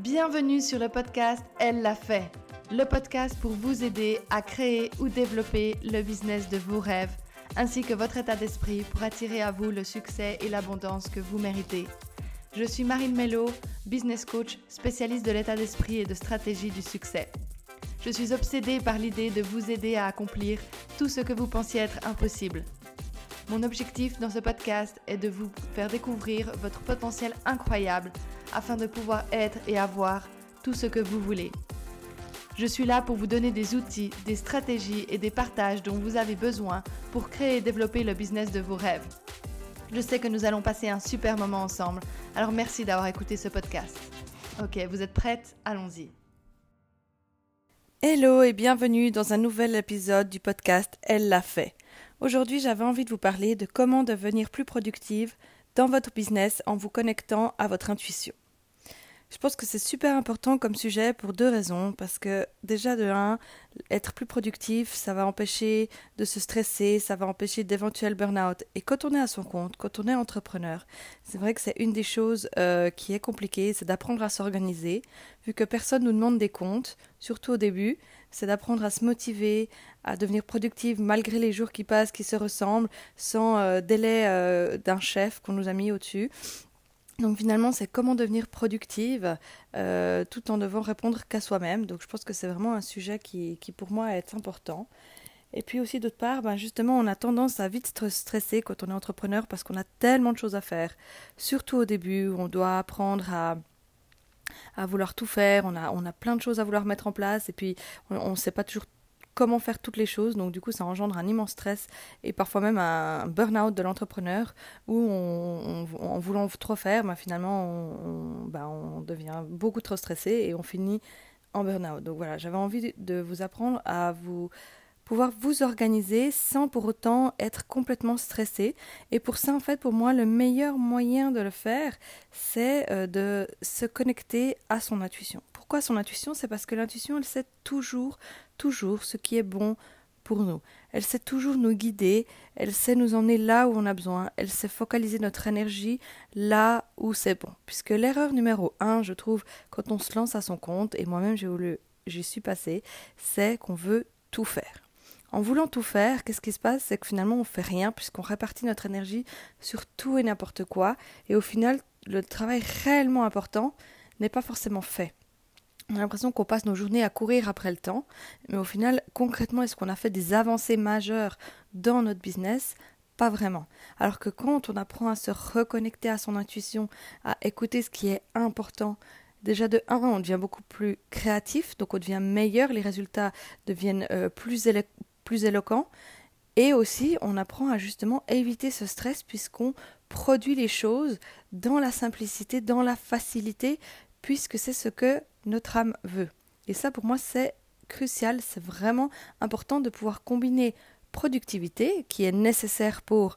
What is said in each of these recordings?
Bienvenue sur le podcast Elle l'a fait, le podcast pour vous aider à créer ou développer le business de vos rêves, ainsi que votre état d'esprit pour attirer à vous le succès et l'abondance que vous méritez. Je suis Marine Mello, business coach, spécialiste de l'état d'esprit et de stratégie du succès. Je suis obsédée par l'idée de vous aider à accomplir tout ce que vous pensiez être impossible. Mon objectif dans ce podcast est de vous faire découvrir votre potentiel incroyable afin de pouvoir être et avoir tout ce que vous voulez. Je suis là pour vous donner des outils, des stratégies et des partages dont vous avez besoin pour créer et développer le business de vos rêves. Je sais que nous allons passer un super moment ensemble, alors merci d'avoir écouté ce podcast. Ok, vous êtes prêtes? Allons-y. Hello et bienvenue dans un nouvel épisode du podcast Elle l'a fait. Aujourd'hui, j'avais envie de vous parler de comment devenir plus productive dans votre business en vous connectant à votre intuition. Je pense que c'est super important comme sujet pour deux raisons, parce que déjà de un, être plus productif, ça va empêcher de se stresser, ça va empêcher d'éventuels burn-out. Et quand on est à son compte, quand on est entrepreneur, c'est vrai que c'est une des choses qui est compliquée, c'est d'apprendre à s'organiser, vu que personne nous demande des comptes, surtout au début, c'est d'apprendre à se motiver, à devenir productive malgré les jours qui passent, qui se ressemblent, sans délai d'un chef qu'on nous a mis au-dessus. Donc finalement, c'est comment devenir productive tout en devant répondre qu'à soi-même. Donc je pense que c'est vraiment un sujet qui pour moi est important. Et puis aussi d'autre part, justement, on a tendance à vite stresser quand on est entrepreneur parce qu'on a tellement de choses à faire. Surtout au début, où on doit apprendre à vouloir tout faire, on a plein de choses à vouloir mettre en place et puis on ne sait pas toujours comment faire toutes les choses, donc du coup ça engendre un immense stress et parfois même un burn-out de l'entrepreneur où en voulant trop faire, finalement on devient beaucoup trop stressé et on finit en burn-out. Donc voilà, j'avais envie de vous apprendre à pouvoir vous organiser sans pour autant être complètement stressé. Et pour ça, en fait, pour moi, le meilleur moyen de le faire, c'est de se connecter à son intuition. Pourquoi son intuition? C'est parce que l'intuition, elle sait toujours ce qui est bon pour nous. Elle sait toujours nous guider, elle sait nous emmener là où on a besoin, elle sait focaliser notre énergie là où c'est bon. Puisque l'erreur numéro 1, je trouve, quand on se lance à son compte, et moi-même j'y suis passée, c'est qu'on veut tout faire. En voulant tout faire, qu'est-ce qui se passe? C'est que finalement on ne fait rien puisqu'on répartit notre énergie sur tout et n'importe quoi et au final le travail réellement important n'est pas forcément fait. On a l'impression qu'on passe nos journées à courir après le temps, mais au final concrètement est-ce qu'on a fait des avancées majeures dans notre business? Pas vraiment. Alors que quand on apprend à se reconnecter à son intuition, à écouter ce qui est important, déjà de 1, on devient beaucoup plus créatif, donc on devient meilleur, les résultats deviennent plus éloquent et aussi on apprend à justement éviter ce stress puisqu'on produit les choses dans la simplicité, dans la facilité puisque c'est ce que notre âme veut. Et ça pour moi c'est crucial, c'est vraiment important de pouvoir combiner productivité qui est nécessaire pour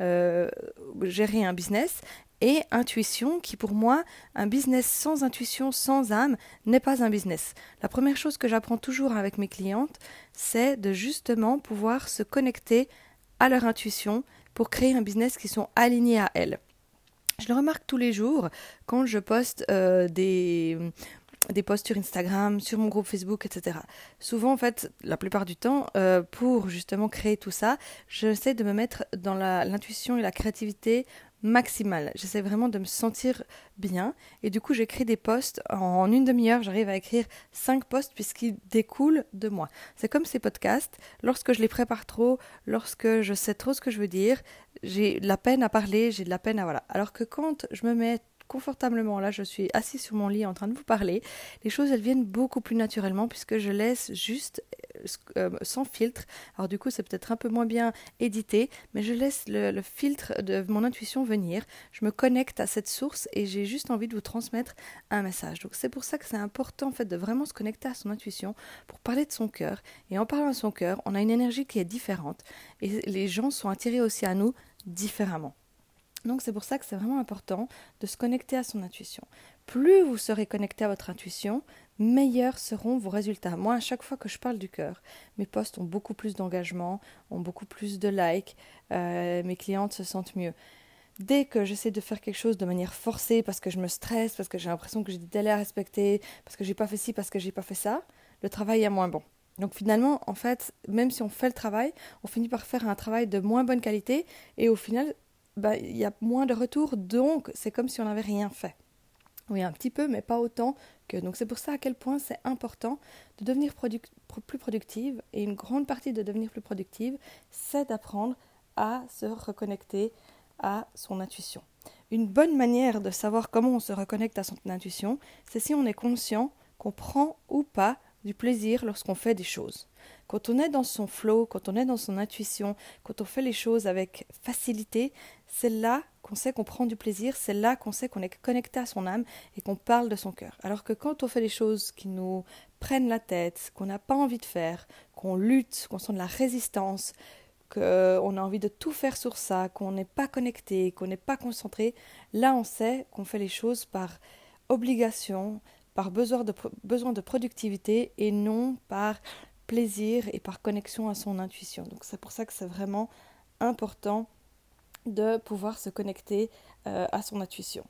gérer un business et intuition qui pour moi, un business sans intuition, sans âme, n'est pas un business. La première chose que j'apprends toujours avec mes clientes, c'est de justement pouvoir se connecter à leur intuition pour créer un business qui sont alignés à elles. Je le remarque tous les jours quand je poste des posts sur Instagram, sur mon groupe Facebook, etc. Souvent, en fait, la plupart du temps, pour justement créer tout ça, j'essaie de me mettre dans l'intuition et la créativité maximale. J'essaie vraiment de me sentir bien et du coup j'écris des posts en une demi-heure, j'arrive à écrire 5 posts puisqu'ils découlent de moi. C'est comme ces podcasts, lorsque je les prépare trop, lorsque je sais trop ce que je veux dire, j'ai de la peine à parler, j'ai de la peine à voilà. Alors que quand je me mets confortablement, là je suis assise sur mon lit en train de vous parler, les choses elles viennent beaucoup plus naturellement puisque je laisse juste sans filtre. Alors du coup c'est peut-être un peu moins bien édité, mais je laisse le filtre de mon intuition venir, je me connecte à cette source et j'ai juste envie de vous transmettre un message. Donc c'est pour ça que c'est important en fait de vraiment se connecter à son intuition pour parler de son cœur, et en parlant de son cœur on a une énergie qui est différente et les gens sont attirés aussi à nous différemment. Donc c'est pour ça que c'est vraiment important de se connecter à son intuition. Plus vous serez connecté à votre intuition, meilleurs seront vos résultats. Moi, à chaque fois que je parle du cœur, mes posts ont beaucoup plus d'engagement, ont beaucoup plus de likes, mes clientes se sentent mieux. Dès que j'essaie de faire quelque chose de manière forcée, parce que je me stresse, parce que j'ai l'impression que j'ai des délais à respecter, parce que j'ai pas fait ci, parce que j'ai pas fait ça, le travail est moins bon. Donc finalement, en fait, même si on fait le travail, on finit par faire un travail de moins bonne qualité et au final, il y a moins de retours, donc c'est comme si on n'avait rien fait. Oui, un petit peu, mais pas autant que. Donc c'est pour ça à quel point c'est important de devenir plus productive. Et une grande partie de devenir plus productive, c'est d'apprendre à se reconnecter à son intuition. Une bonne manière de savoir comment on se reconnecte à son intuition, c'est si on est conscient qu'on prend ou pas du plaisir lorsqu'on fait des choses. Quand on est dans son flow, quand on est dans son intuition, quand on fait les choses avec facilité, c'est là qu'on sait qu'on prend du plaisir, c'est là qu'on sait qu'on est connecté à son âme et qu'on parle de son cœur. Alors que quand on fait des choses qui nous prennent la tête, qu'on n'a pas envie de faire, qu'on lutte, qu'on sent de la résistance, qu'on a envie de tout faire sur ça, qu'on n'est pas connecté, qu'on n'est pas concentré, là on sait qu'on fait les choses par obligation, par besoin de productivité et non par plaisir et par connexion à son intuition. Donc c'est pour ça que c'est vraiment important de pouvoir se connecter à son intuition.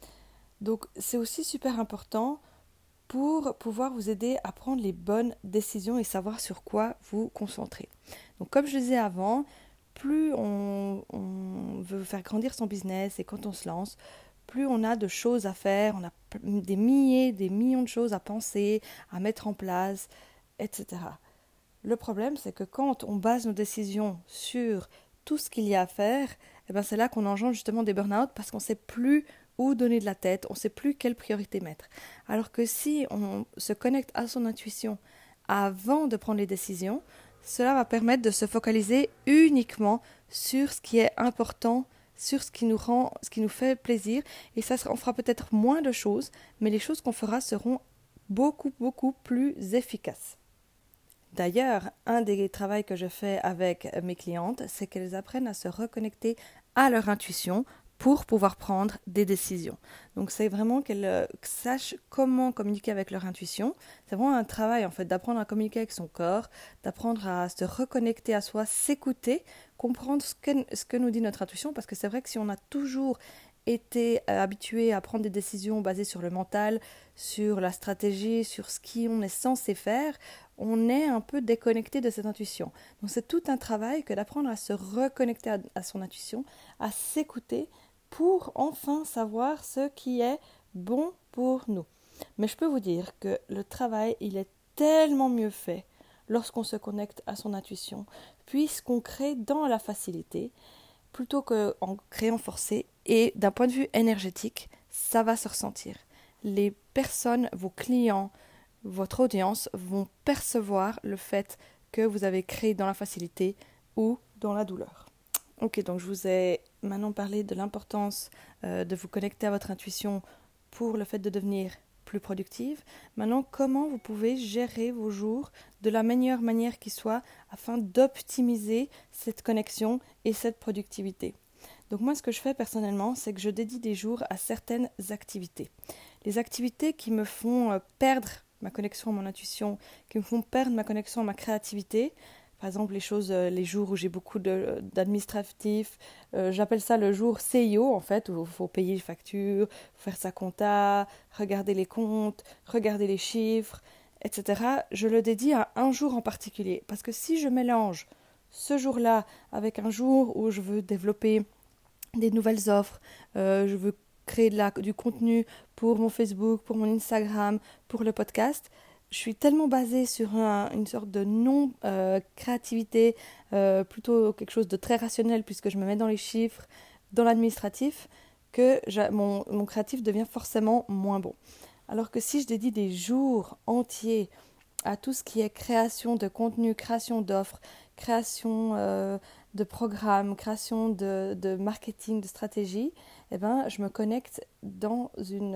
Donc c'est aussi super important pour pouvoir vous aider à prendre les bonnes décisions et savoir sur quoi vous concentrer. Donc comme je disais avant, plus on veut faire grandir son business et quand on se lance, plus on a de choses à faire, on a des millions de choses à penser, à mettre en place, etc. Le problème, c'est que quand on base nos décisions sur tout ce qu'il y a à faire, c'est là qu'on engendre justement des burn-out parce qu'on ne sait plus où donner de la tête, on ne sait plus quelle priorité mettre. Alors que si on se connecte à son intuition avant de prendre les décisions, cela va permettre de se focaliser uniquement sur ce qui est important, sur ce qui nous fait plaisir, et on fera peut-être moins de choses, mais les choses qu'on fera seront beaucoup plus efficaces. D'ailleurs, un des travaux que je fais avec mes clientes, c'est qu'elles apprennent à se reconnecter à leur intuition pour pouvoir prendre des décisions. Donc c'est vraiment qu'elles sachent comment communiquer avec leur intuition. C'est vraiment un travail en fait d'apprendre à communiquer avec son corps, d'apprendre à se reconnecter à soi, s'écouter, comprendre ce que nous dit notre intuition, parce que c'est vrai que si on a toujours été habitué à prendre des décisions basées sur le mental, sur la stratégie, sur ce qu'on est censé faire, on est un peu déconnecté de cette intuition. Donc c'est tout un travail que d'apprendre à se reconnecter à son intuition, à s'écouter pour enfin savoir ce qui est bon pour nous. Mais je peux vous dire que le travail, il est tellement mieux fait lorsqu'on se connecte à son intuition, puisqu'on crée dans la facilité, plutôt qu'en créant forcé, et d'un point de vue énergétique, ça va se ressentir. Les personnes, vos clients, votre audience vont percevoir le fait que vous avez créé dans la facilité ou dans la douleur. Ok, donc je vous ai maintenant parlé de l'importance de vous connecter à votre intuition pour le fait de devenir plus productive. Maintenant, comment vous pouvez gérer vos jours de la meilleure manière qui soit afin d'optimiser cette connexion et cette productivité. Donc moi, ce que je fais personnellement, c'est que je dédie des jours à certaines activités. Les activités qui me font perdre ma connexion à mon intuition, qui me font perdre ma connexion à ma créativité. Par exemple, les jours où j'ai beaucoup d'administratifs, j'appelle ça le jour CIO en fait, où il faut payer les factures, faire sa compta, regarder les comptes, regarder les chiffres, etc. Je le dédie à un jour en particulier. Parce que si je mélange ce jour-là avec un jour où je veux développer des nouvelles offres, je veux créer du contenu pour mon Facebook, pour mon Instagram, pour le podcast, je suis tellement basée sur une sorte de non-créativité, plutôt quelque chose de très rationnel puisque je me mets dans les chiffres, dans l'administratif, que mon créatif devient forcément moins bon. Alors que si je dédie des jours entiers à tout ce qui est création de contenu, création d'offres, création de programmes, création de marketing, de stratégie, je me connecte dans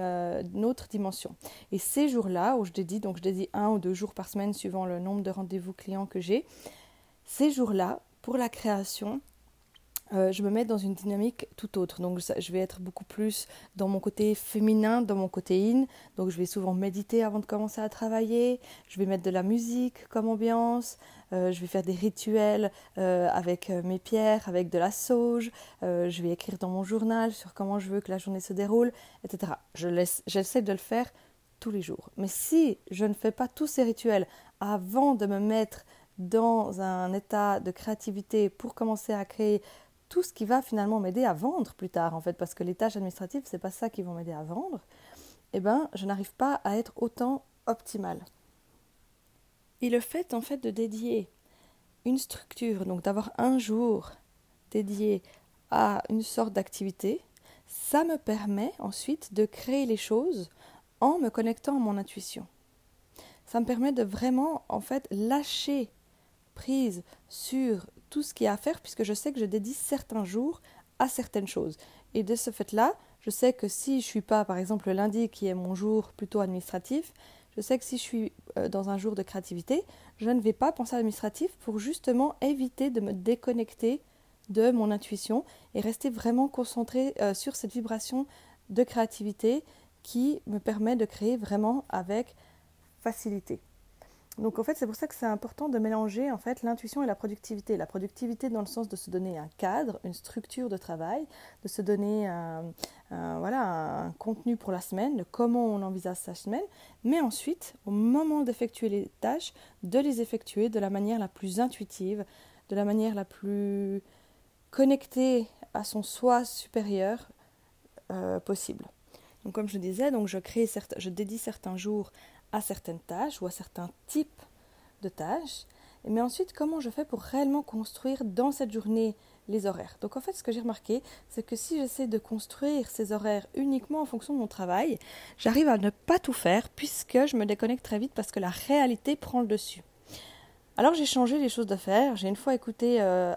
une autre dimension. Et ces jours-là, où je dédie 1 ou 2 jours par semaine, suivant le nombre de rendez-vous clients que j'ai, ces jours-là, pour la création, je me mets dans une dynamique tout autre. Donc je vais être beaucoup plus dans mon côté féminin, dans mon côté in. Donc je vais souvent méditer avant de commencer à travailler. Je vais mettre de la musique comme ambiance. Je vais faire des rituels avec mes pierres, avec de la sauge. Je vais écrire dans mon journal sur comment je veux que la journée se déroule, etc. J'essaie de le faire tous les jours. Mais si je ne fais pas tous ces rituels avant de me mettre dans un état de créativité pour commencer à créer tout ce qui va finalement m'aider à vendre plus tard, en fait, parce que les tâches administratives, c'est pas ça qui vont m'aider à vendre, eh ben, je n'arrive pas à être autant optimale. Et le fait, en fait, de dédier une structure, donc d'avoir un jour dédié à une sorte d'activité, ça me permet ensuite de créer les choses en me connectant à mon intuition. Ça me permet de vraiment, en fait, lâcher prise sur tout ce qu'il y a à faire, puisque je sais que je dédie certains jours à certaines choses. Et de ce fait-là, je sais que si je ne suis pas, par exemple, le lundi, qui est mon jour plutôt administratif, je sais que si je suis dans un jour de créativité, je ne vais pas penser à l'administratif pour justement éviter de me déconnecter de mon intuition et rester vraiment concentrée sur cette vibration de créativité qui me permet de créer vraiment avec facilité. Donc en fait, c'est pour ça que c'est important de mélanger en fait l'intuition et la productivité. La productivité dans le sens de se donner un cadre, une structure de travail, de se donner un contenu pour la semaine, de comment on envisage sa semaine, mais ensuite, au moment d'effectuer les tâches, de les effectuer de la manière la plus intuitive, de la manière la plus connectée à son soi supérieur possible. Donc comme je disais, donc je dédie certains jours à certaines tâches ou à certains types de tâches. Mais ensuite, comment je fais pour réellement construire dans cette journée les horaires? Donc en fait, ce que j'ai remarqué, c'est que si j'essaie de construire ces horaires uniquement en fonction de mon travail, j'arrive à ne pas tout faire puisque je me déconnecte très vite parce que la réalité prend le dessus. Alors j'ai changé les choses de faire. J'ai une fois écouté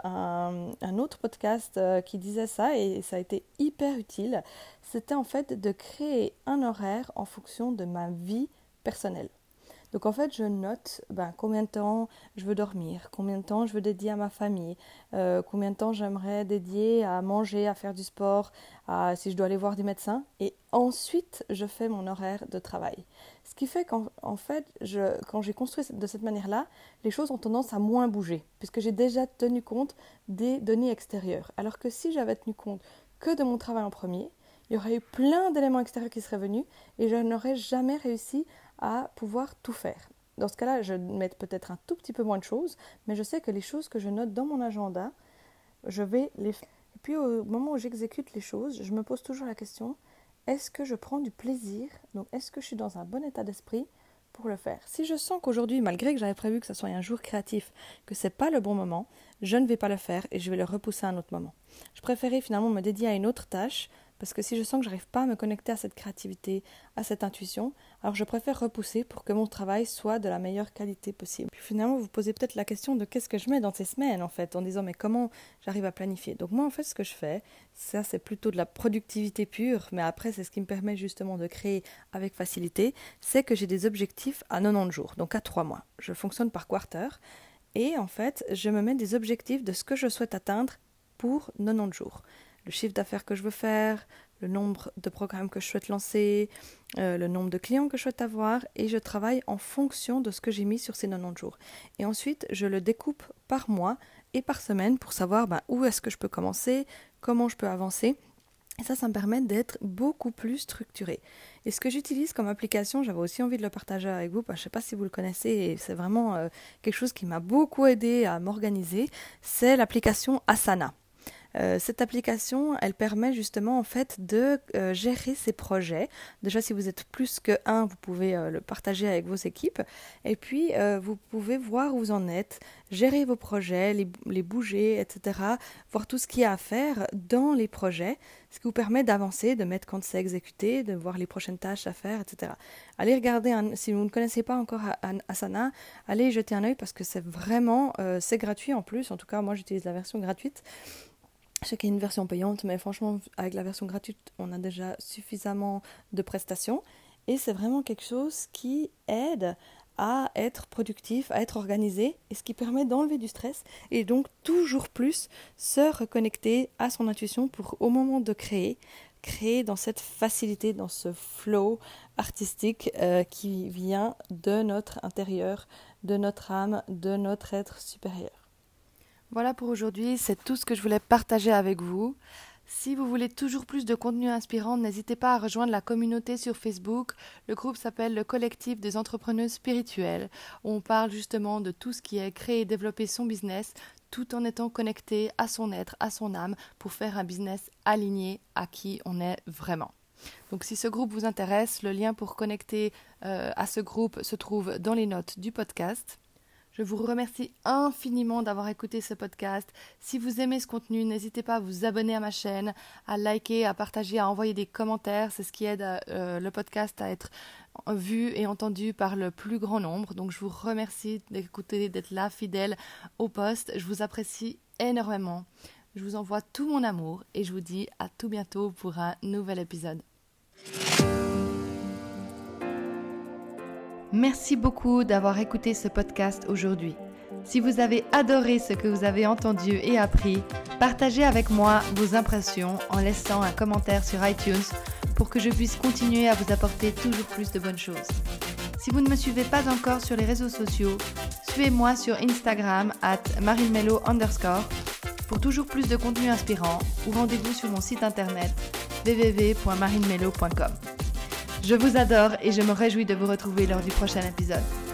un autre podcast qui disait ça et ça a été hyper utile. C'était en fait de créer un horaire en fonction de ma vie personnelle. Donc en fait, je note combien de temps je veux dormir, combien de temps je veux dédier à ma famille, combien de temps j'aimerais dédier à manger, à faire du sport, si je dois aller voir des médecins. Et ensuite, je fais mon horaire de travail. Ce qui fait qu'en fait, quand j'ai construit de cette manière-là, les choses ont tendance à moins bouger, puisque j'ai déjà tenu compte des données extérieures. Alors que si j'avais tenu compte que de mon travail en premier, il y aurait eu plein d'éléments extérieurs qui seraient venus et je n'aurais jamais réussi à pouvoir tout faire. Dans ce cas-là, je mets peut-être un tout petit peu moins de choses, mais je sais que les choses que je note dans mon agenda, je vais les faire. Et puis au moment où j'exécute les choses, je me pose toujours la question, est-ce que je prends du plaisir? Donc est-ce que je suis dans un bon état d'esprit pour le faire? Si je sens qu'aujourd'hui, malgré que j'avais prévu que ce soit un jour créatif, que ce n'est pas le bon moment, je ne vais pas le faire et je vais le repousser à un autre moment. Je préférais finalement me dédier à une autre tâche, parce que si je sens que je n'arrive pas à me connecter à cette créativité, à cette intuition, alors je préfère repousser pour que mon travail soit de la meilleure qualité possible. Puis finalement, vous vous posez peut-être la question de qu'est-ce que je mets dans ces semaines en fait, en disant mais comment j'arrive à planifier. Donc moi en fait ce que je fais, ça c'est plutôt de la productivité pure, mais après c'est ce qui me permet justement de créer avec facilité, c'est que j'ai des objectifs à 90 jours, donc à 3 mois. Je fonctionne par quarter et en fait je me mets des objectifs de ce que je souhaite atteindre pour 90 jours. Le chiffre d'affaires que je veux faire, le nombre de programmes que je souhaite lancer, le nombre de clients que je souhaite avoir, et je travaille en fonction de ce que j'ai mis sur ces 90 jours. Et ensuite, je le découpe par mois et par semaine pour savoir où est-ce que je peux commencer, comment je peux avancer. Et ça me permet d'être beaucoup plus structurée. Et ce que j'utilise comme application, j'avais aussi envie de le partager avec vous, je ne sais pas si vous le connaissez, et c'est vraiment quelque chose qui m'a beaucoup aidé à m'organiser, c'est l'application Asana. Cette application, elle permet justement en fait de gérer ses projets. Déjà, si vous êtes plus que un, vous pouvez le partager avec vos équipes. Et puis, vous pouvez voir où vous en êtes, gérer vos projets, les bouger, etc. Voir tout ce qu'il y a à faire dans les projets, ce qui vous permet d'avancer, de mettre quand c'est exécuté, de voir les prochaines tâches à faire, etc. Allez regarder, si vous ne connaissez pas encore Asana, allez jeter un œil parce que c'est vraiment, c'est gratuit en plus. En tout cas, moi, j'utilise la version gratuite. Je sais qu'il y a une version payante, mais franchement, avec la version gratuite, on a déjà suffisamment de prestations. Et c'est vraiment quelque chose qui aide à être productif, à être organisé, et ce qui permet d'enlever du stress et donc toujours plus se reconnecter à son intuition pour au moment de créer dans cette facilité, dans ce flow artistique qui vient de notre intérieur, de notre âme, de notre être supérieur. Voilà pour aujourd'hui, c'est tout ce que je voulais partager avec vous. Si vous voulez toujours plus de contenu inspirant, n'hésitez pas à rejoindre la communauté sur Facebook. Le groupe s'appelle le Collectif des entrepreneuses spirituelles, où on parle justement de tout ce qui est créer et développer son business, tout en étant connecté à son être, à son âme, pour faire un business aligné à qui on est vraiment. Donc si ce groupe vous intéresse, le lien pour connecter à ce groupe se trouve dans les notes du podcast. Je vous remercie infiniment d'avoir écouté ce podcast. Si vous aimez ce contenu, n'hésitez pas à vous abonner à ma chaîne, à liker, à partager, à envoyer des commentaires. C'est ce qui aide le podcast à être vu et entendu par le plus grand nombre. Donc je vous remercie d'écouter, d'être là, fidèle au poste. Je vous apprécie énormément. Je vous envoie tout mon amour et je vous dis à tout bientôt pour un nouvel épisode. Merci beaucoup d'avoir écouté ce podcast aujourd'hui. Si vous avez adoré ce que vous avez entendu et appris, partagez avec moi vos impressions en laissant un commentaire sur iTunes pour que je puisse continuer à vous apporter toujours plus de bonnes choses. Si vous ne me suivez pas encore sur les réseaux sociaux, suivez-moi sur Instagram @marilmelo_ pour toujours plus de contenu inspirant ou rendez-vous sur mon site internet www.marilmelo.com. Je vous adore et je me réjouis de vous retrouver lors du prochain épisode.